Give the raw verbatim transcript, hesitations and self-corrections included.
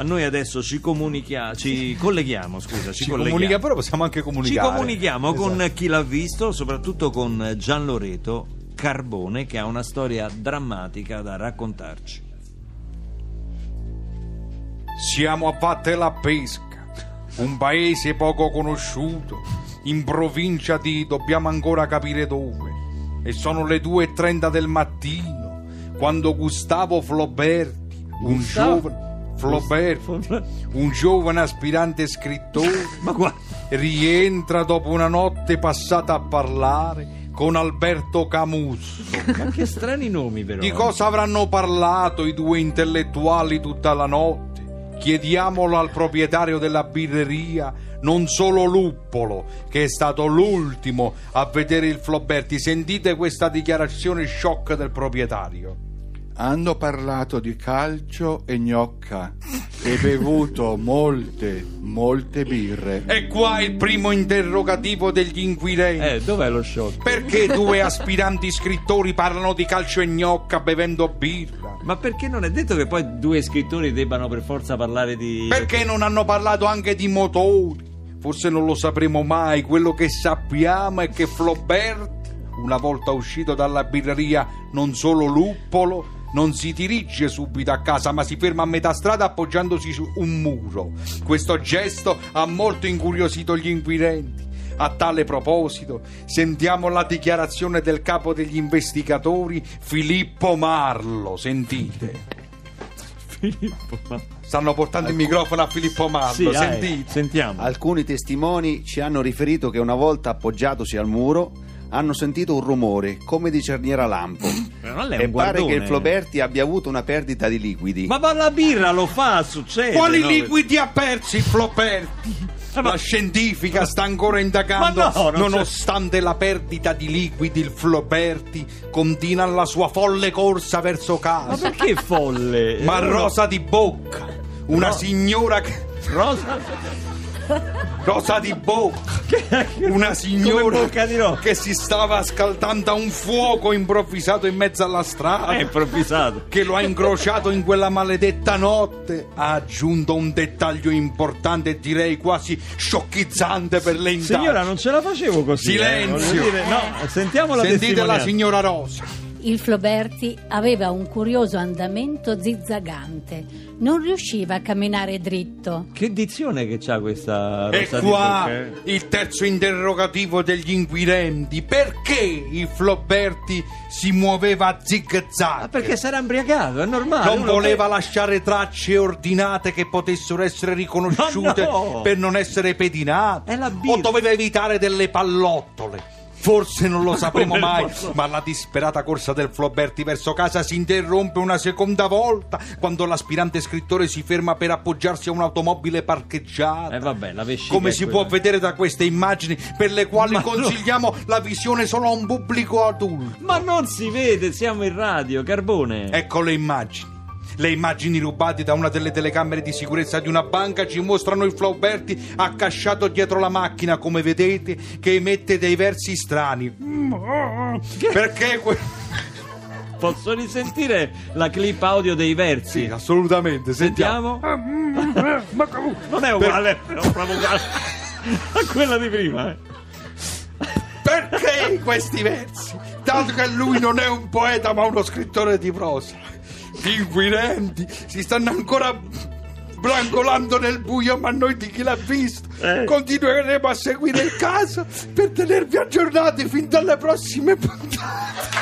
a noi adesso ci comunica, ci colleghiamo, scusa, ci, ci colleghiamo. comunica, però possiamo anche comunicare. Ci comunichiamo esatto. con chi l'ha visto, soprattutto con Gian Loreto Carbone, che ha una storia drammatica da raccontarci. Siamo a Vatte la Pesca, un paese poco conosciuto, in provincia di dobbiamo ancora capire dove, e sono le due e trenta del mattino quando Gustavo Floberti, un Gustavo? giovane Floberti, un giovane aspirante scrittore, Ma qua rientra dopo una notte passata a parlare con Alberto Camus. ma che strani nomi però. Di cosa avranno parlato i due intellettuali tutta la notte? Chiediamolo al proprietario della birreria, non solo Luppolo, che è stato l'ultimo a vedere il Floberti. Sentite questa dichiarazione shock del proprietario. Hanno parlato di calcio e gnocca e bevuto molte, molte birre. E qua il primo interrogativo degli inquirenti. Eh, dov'è lo shock? Perché due aspiranti scrittori parlano di calcio e gnocca bevendo birra? Ma perché non è detto che poi due scrittori debbano per forza parlare di... Perché non hanno parlato anche di motori? Forse non lo sapremo mai. Quello che sappiamo è che Floberti, una volta uscito dalla birreria, non solo Luppolo, non si dirige subito a casa, ma si ferma a metà strada appoggiandosi su un muro. Questo gesto ha molto incuriosito gli inquirenti. A tale proposito, sentiamo la dichiarazione del capo degli investigatori, Filippo Marlo. Sentite. Filippo, ma... Stanno portando il microfono a Filippo Marlo. Sì, Sentite. eh, sentiamo. Alcuni testimoni ci hanno riferito che una volta appoggiatosi al muro hanno sentito un rumore come di cerniera lampo Però lei è e un pare guardone. che il Floberti abbia avuto una perdita di liquidi. Ma va la birra lo fa, succede. Quali no? liquidi ha persi il Floberti? La scientifica sta ancora indagando. Ma no, non nonostante la perdita di liquidi, il Floberti continua la sua folle corsa verso Ma casa. perché folle? Ma Eh, rosa di bocca, una No. signora che... Rosa? Rosa di bocca, una Come signora bocca di rosa. che si stava scaldando a un fuoco improvvisato in mezzo alla strada, È improvvisato. che lo ha incrociato in quella maledetta notte. Ha aggiunto un dettaglio importante e direi quasi sciocchizzante per le indagini. Signora, non ce la facevo così. Silenzio. eh, voglio dire, no, sentiamo la Sentite la testimonianza. signora Rosa. Il Floberti aveva un curioso andamento zizzagante, non riusciva a camminare dritto. Che dizione che c'ha questa E Rosa di qua bocca, eh? il terzo interrogativo degli inquirenti. Perché il Floberti si muoveva a zig-zag? Ma perché sarà imbriagato, è normale. Non uno voleva che- lasciare tracce ordinate che potessero essere riconosciute Ma no! per non essere pedinate? È la birra. O doveva evitare delle pallottole? Forse non lo sapremo Come mai, posso- ma la disperata corsa del Floberti verso casa si interrompe una seconda volta quando l'aspirante scrittore si ferma per appoggiarsi a un'automobile parcheggiata. Eh vabbè, la vescica Come è si quella. può vedere da queste immagini, per le quali Ma no. consigliamo la visione solo a un pubblico adulto. Ma non si vede, siamo in radio, Carbone. Ecco le immagini. Le immagini rubate da una delle telecamere di sicurezza di una banca ci mostrano il Floberti accasciato dietro la macchina, come vedete, che emette dei versi strani. Perché que- Posso risentire la clip audio dei versi? Sì, assolutamente, sentiamo. Sentiamo? Non è uguale, però proprio uguale a quella di prima. eh. Perché questi versi? Tanto che lui non è un poeta ma uno scrittore di prosa. Gli inquirenti si stanno ancora brancolando nel buio, ma noi di chi l'ha visto Eh. continueremo a seguire il caso per tenervi aggiornati fin dalle prossime puntate.